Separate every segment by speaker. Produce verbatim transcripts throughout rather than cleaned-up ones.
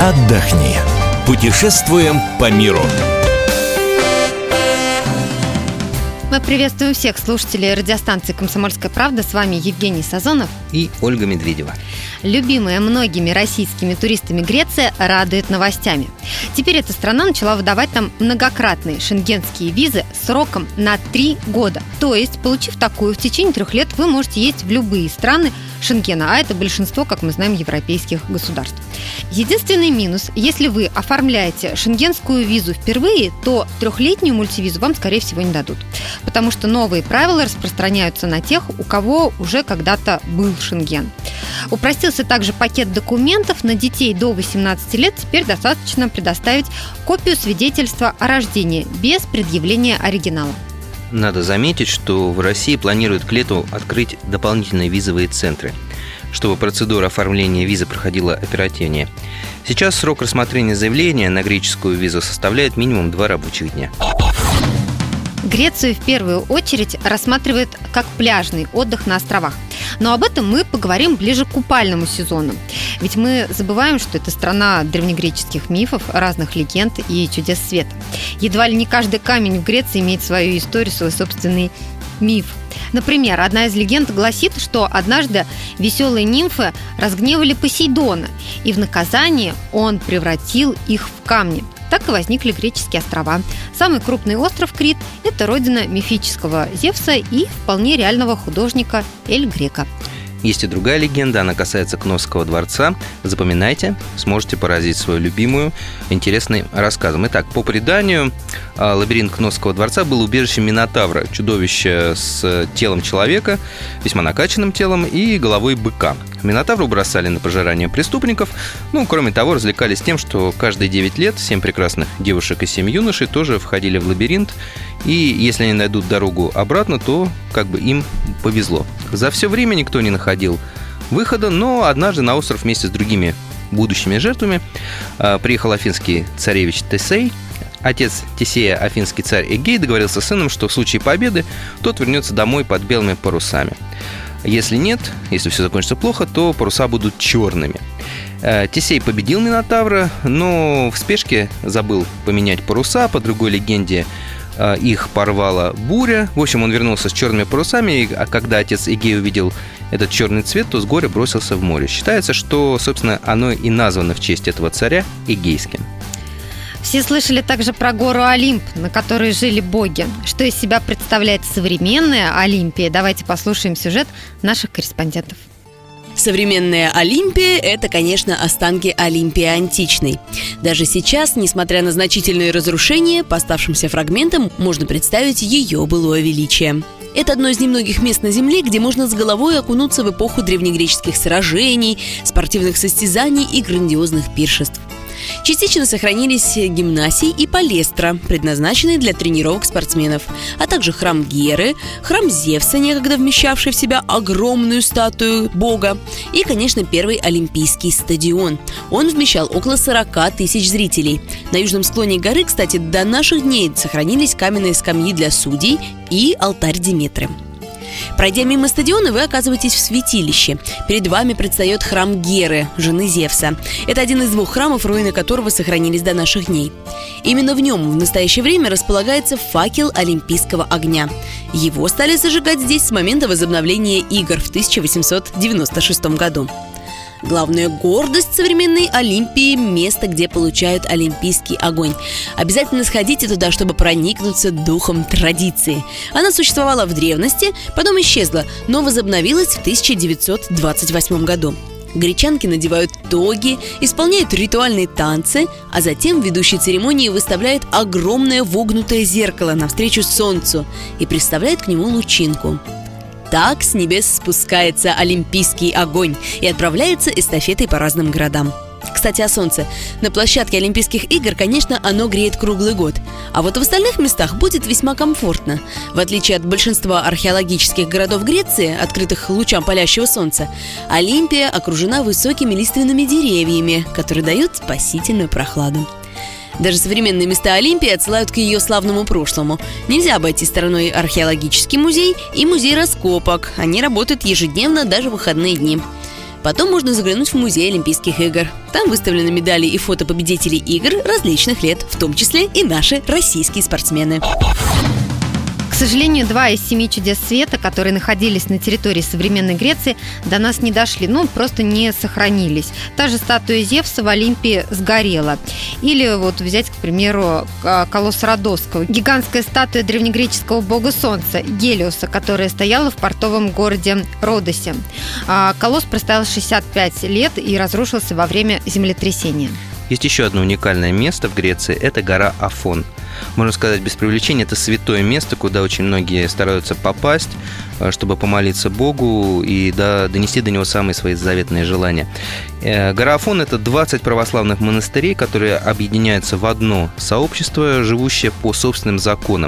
Speaker 1: отдохни. Путешествуем по миру.
Speaker 2: Мы приветствуем всех слушателей радиостанции «Комсомольская правда». С вами Евгений Сазонов
Speaker 3: и Ольга Медведева.
Speaker 2: Любимая многими российскими туристами Греция радует новостями. Теперь эта страна начала выдавать там многократные шенгенские визы сроком на три года. То есть, получив такую, в течение трех лет вы можете ездить в любые страны Шенгена, а это большинство, как мы знаем, европейских государств. Единственный минус: если вы оформляете шенгенскую визу впервые, то трехлетнюю мультивизу вам, скорее всего, не дадут, потому что новые правила распространяются на тех, у кого уже когда-то был Шенген. Упростился также пакет документов. На детей до восемнадцати лет теперь достаточно предоставить копию свидетельства о рождении без предъявления оригинала.
Speaker 3: Надо заметить, что в России планируют к лету открыть дополнительные визовые центры, чтобы процедура оформления визы проходила оперативнее. Сейчас срок рассмотрения заявления на греческую визу составляет минимум два рабочих дня.
Speaker 2: Грецию в первую очередь рассматривают как пляжный отдых на островах. Но об этом мы поговорим ближе к купальному сезону. Ведь мы забываем, что это страна древнегреческих мифов, разных легенд и чудес света. Едва ли не каждый камень в Греции имеет свою историю, свой собственный миф. Например, одна из легенд гласит, что однажды веселые нимфы разгневали Посейдона, и в наказание он превратил их в камни. Так и возникли греческие острова. Самый крупный остров Крит – это родина мифического Зевса и вполне реального художника Эль Грека.
Speaker 3: Есть и другая легенда, она касается Кносского дворца. Запоминайте, сможете поразить свою любимую интересным рассказом. Итак, по преданию, лабиринт Кносского дворца был убежищем Минотавра, чудовища с телом человека, весьма накачанным телом и головой быка. Минотавру бросали на пожирание преступников. Ну, кроме того, развлекались тем, что каждые девять лет семь прекрасных девушек и семь юношей тоже входили в лабиринт. И если они найдут дорогу обратно, то как бы им повезло. За все время никто не находил выхода, но однажды на остров вместе с другими будущими жертвами приехал афинский царевич Тесей. Отец Тесея, афинский царь Эгей, договорился с сыном, что в случае победы тот вернется домой под белыми парусами. Если нет, если все закончится плохо, то паруса будут черными. Тесей победил Минотавра, но в спешке забыл поменять паруса. По другой легенде, их порвала буря. В общем, он вернулся с черными парусами, а когда отец Эгей увидел этот черный цвет, то с горя бросился в море. Считается, что, собственно, оно и названо в честь этого царя Эгейским.
Speaker 2: Все слышали также про гору Олимп, на которой жили боги. Что из себя представляет современная Олимпия? Давайте послушаем сюжет наших корреспондентов.
Speaker 4: Современная Олимпия – это, конечно, останки Олимпии античной. Даже сейчас, несмотря на значительные разрушения, по оставшимся фрагментам можно представить ее былое величие. Это одно из немногих мест на Земле, где можно с головой окунуться в эпоху древнегреческих сражений, спортивных состязаний и грандиозных пиршеств. Частично сохранились гимнасий и палестра, предназначенные для тренировок спортсменов, а также храм Геры, храм Зевса, некогда вмещавший в себя огромную статую бога, и, конечно, первый Олимпийский стадион. Он вмещал около сорока тысяч зрителей. На южном склоне горы, кстати, до наших дней сохранились каменные скамьи для судей и алтарь Диметры. Пройдя мимо стадиона, вы оказываетесь в святилище. Перед вами предстает храм Геры, жены Зевса. Это один из двух храмов, руины которого сохранились до наших дней. Именно в нем в настоящее время располагается факел Олимпийского огня. Его стали зажигать здесь с момента возобновления игр в тысяча восемьсот девяносто шестом году. Главная гордость современной Олимпии – место, где получают олимпийский огонь. Обязательно сходите туда, чтобы проникнуться духом традиции. Она существовала в древности, потом исчезла, но возобновилась в тысяча девятьсот двадцать восьмом году. Гречанки надевают тоги, исполняют ритуальные танцы, а затем ведущий церемонии выставляет огромное вогнутое зеркало навстречу солнцу и представляет к нему лучинку. Так с небес спускается олимпийский огонь и отправляется эстафетой по разным городам. Кстати, о солнце. На площадке Олимпийских игр, конечно, оно греет круглый год. А вот в остальных местах будет весьма комфортно. В отличие от большинства археологических городов Греции, открытых лучам палящего солнца, Олимпия окружена высокими лиственными деревьями, которые дают спасительную прохладу. Даже современные места Олимпии отсылают к ее славному прошлому. Нельзя обойти стороной археологический музей и музей раскопок. Они работают ежедневно, даже в выходные дни. Потом можно заглянуть в музей Олимпийских игр. Там выставлены медали и фото победителей игр различных лет, в том числе и наши российские спортсмены.
Speaker 2: К сожалению, два из семи чудес света, которые находились на территории современной Греции, до нас не дошли, ну, просто не сохранились. Та же статуя Зевса в Олимпе сгорела. Или вот взять, к примеру, колосс Родосского, гигантская статуя древнегреческого бога солнца Гелиоса, которая стояла в портовом городе Родосе. Колосс простоял шестьдесят пять лет и разрушился во время землетрясения.
Speaker 3: Есть еще одно уникальное место в Греции – это гора Афон. Можно сказать, без привлечения, это святое место, куда очень многие стараются попасть, чтобы помолиться Богу и донести до Него самые свои заветные желания. Гора Афон – это двадцать православных монастырей, которые объединяются в одно сообщество, живущее по собственным законам.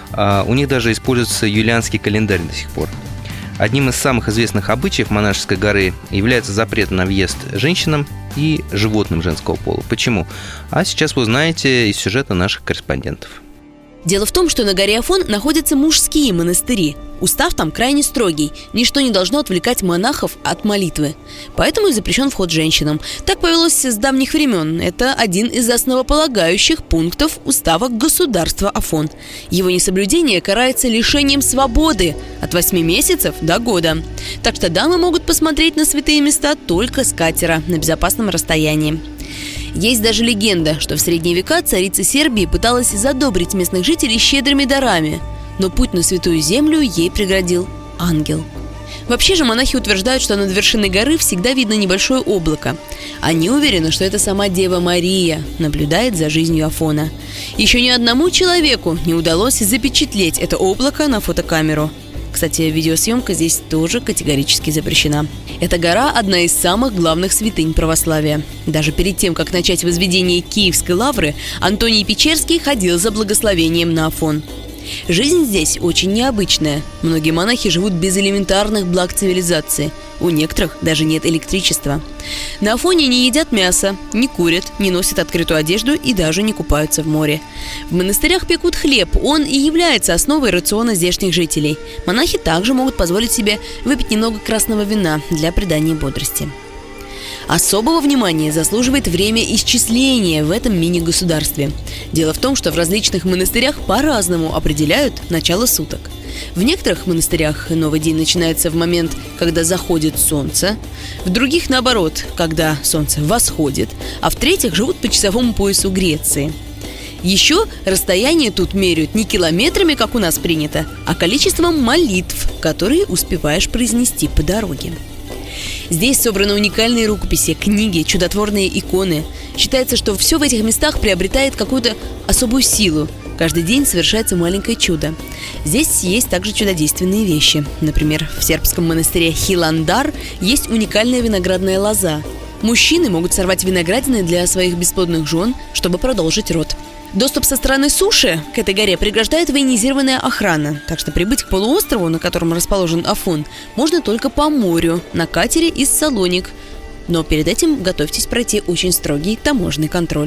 Speaker 3: У них даже используется юлианский календарь до сих пор. Одним из самых известных обычаев монашеской горы является запрет на въезд женщинам и животным женского пола. Почему? А сейчас вы узнаете из сюжета наших корреспондентов.
Speaker 4: Дело в том, что на горе Афон находятся мужские монастыри. Устав там крайне строгий. Ничто не должно отвлекать монахов от молитвы. Поэтому и запрещен вход женщинам. Так повелось с давних времен. Это один из основополагающих пунктов устава государства Афон. Его несоблюдение карается лишением свободы от восьми месяцев до года. Так что дамы могут посмотреть на святые места только с катера на безопасном расстоянии. Есть даже легенда, что в средние века царица Сербии пыталась задобрить местных жителей щедрыми дарами, но путь на святую землю ей преградил ангел. Вообще же монахи утверждают, что над вершиной горы всегда видно небольшое облако. Они уверены, что это сама Дева Мария наблюдает за жизнью Афона. Еще ни одному человеку не удалось запечатлеть это облако на фотокамеру. Кстати, видеосъемка здесь тоже категорически запрещена. Эта гора – одна из самых главных святынь православия. Даже перед тем, как начать возведение Киевской лавры, Антоний Печерский ходил за благословением на Афон. Жизнь здесь очень необычная. Многие монахи живут без элементарных благ цивилизации. У некоторых даже нет электричества. На Афоне не едят мясо, не курят, не носят открытую одежду и даже не купаются в море. В монастырях пекут хлеб, он и является основой рациона здешних жителей. Монахи также могут позволить себе выпить немного красного вина для придания бодрости. Особого внимания заслуживает время исчисления в этом мини-государстве. Дело в том, что в различных монастырях по-разному определяют начало суток. В некоторых монастырях новый день начинается в момент, когда заходит солнце, в других, наоборот, когда солнце восходит, а в третьих живут по часовому поясу Греции. Еще расстояние тут меряют не километрами, как у нас принято, а количеством молитв, которые успеваешь произнести по дороге. Здесь собраны уникальные рукописи, книги, чудотворные иконы. Считается, что все в этих местах приобретает какую-то особую силу. Каждый день совершается маленькое чудо. Здесь есть также чудодейственные вещи. Например, в сербском монастыре Хиландар есть уникальная виноградная лоза. Мужчины могут сорвать виноградины для своих бесплодных жен, чтобы продолжить род. Доступ со стороны суши к этой горе преграждает военизированная охрана, так что прибыть к полуострову, на котором расположен Афон, можно только по морю, на катере из Салоник. Но перед этим готовьтесь пройти очень строгий таможенный контроль.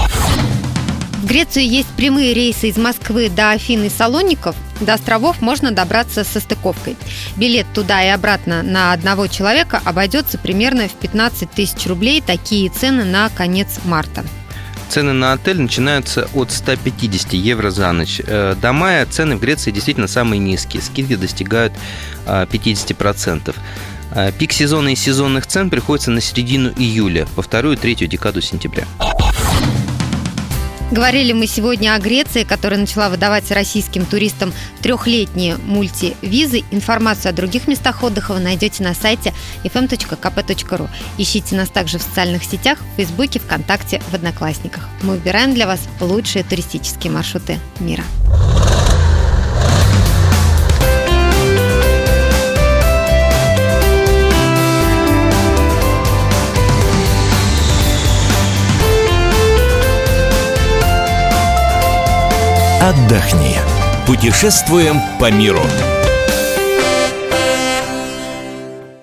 Speaker 2: В Грецию есть прямые рейсы из Москвы до Афин и Салоников. До островов можно добраться со стыковкой. Билет туда и обратно на одного человека обойдется примерно в пятнадцать тысяч рублей. Такие цены на конец марта.
Speaker 3: Цены на отель начинаются от ста пятидесяти евро за ночь. До мая цены в Греции действительно самые низкие. Скидки достигают пятьдесят процентов. Пик сезона и сезонных цен приходится на середину июля, по вторую-третью декаду сентября.
Speaker 2: Говорили мы сегодня о Греции, которая начала выдавать российским туристам трехлетние мультивизы. Информацию о других местах отдыха вы найдете на сайте эф эм точка ка пэ точка ру. Ищите нас также в социальных сетях, в Фейсбуке, ВКонтакте, в Одноклассниках. Мы выбираем для вас лучшие туристические маршруты мира.
Speaker 1: Отдохни. Путешествуем по миру.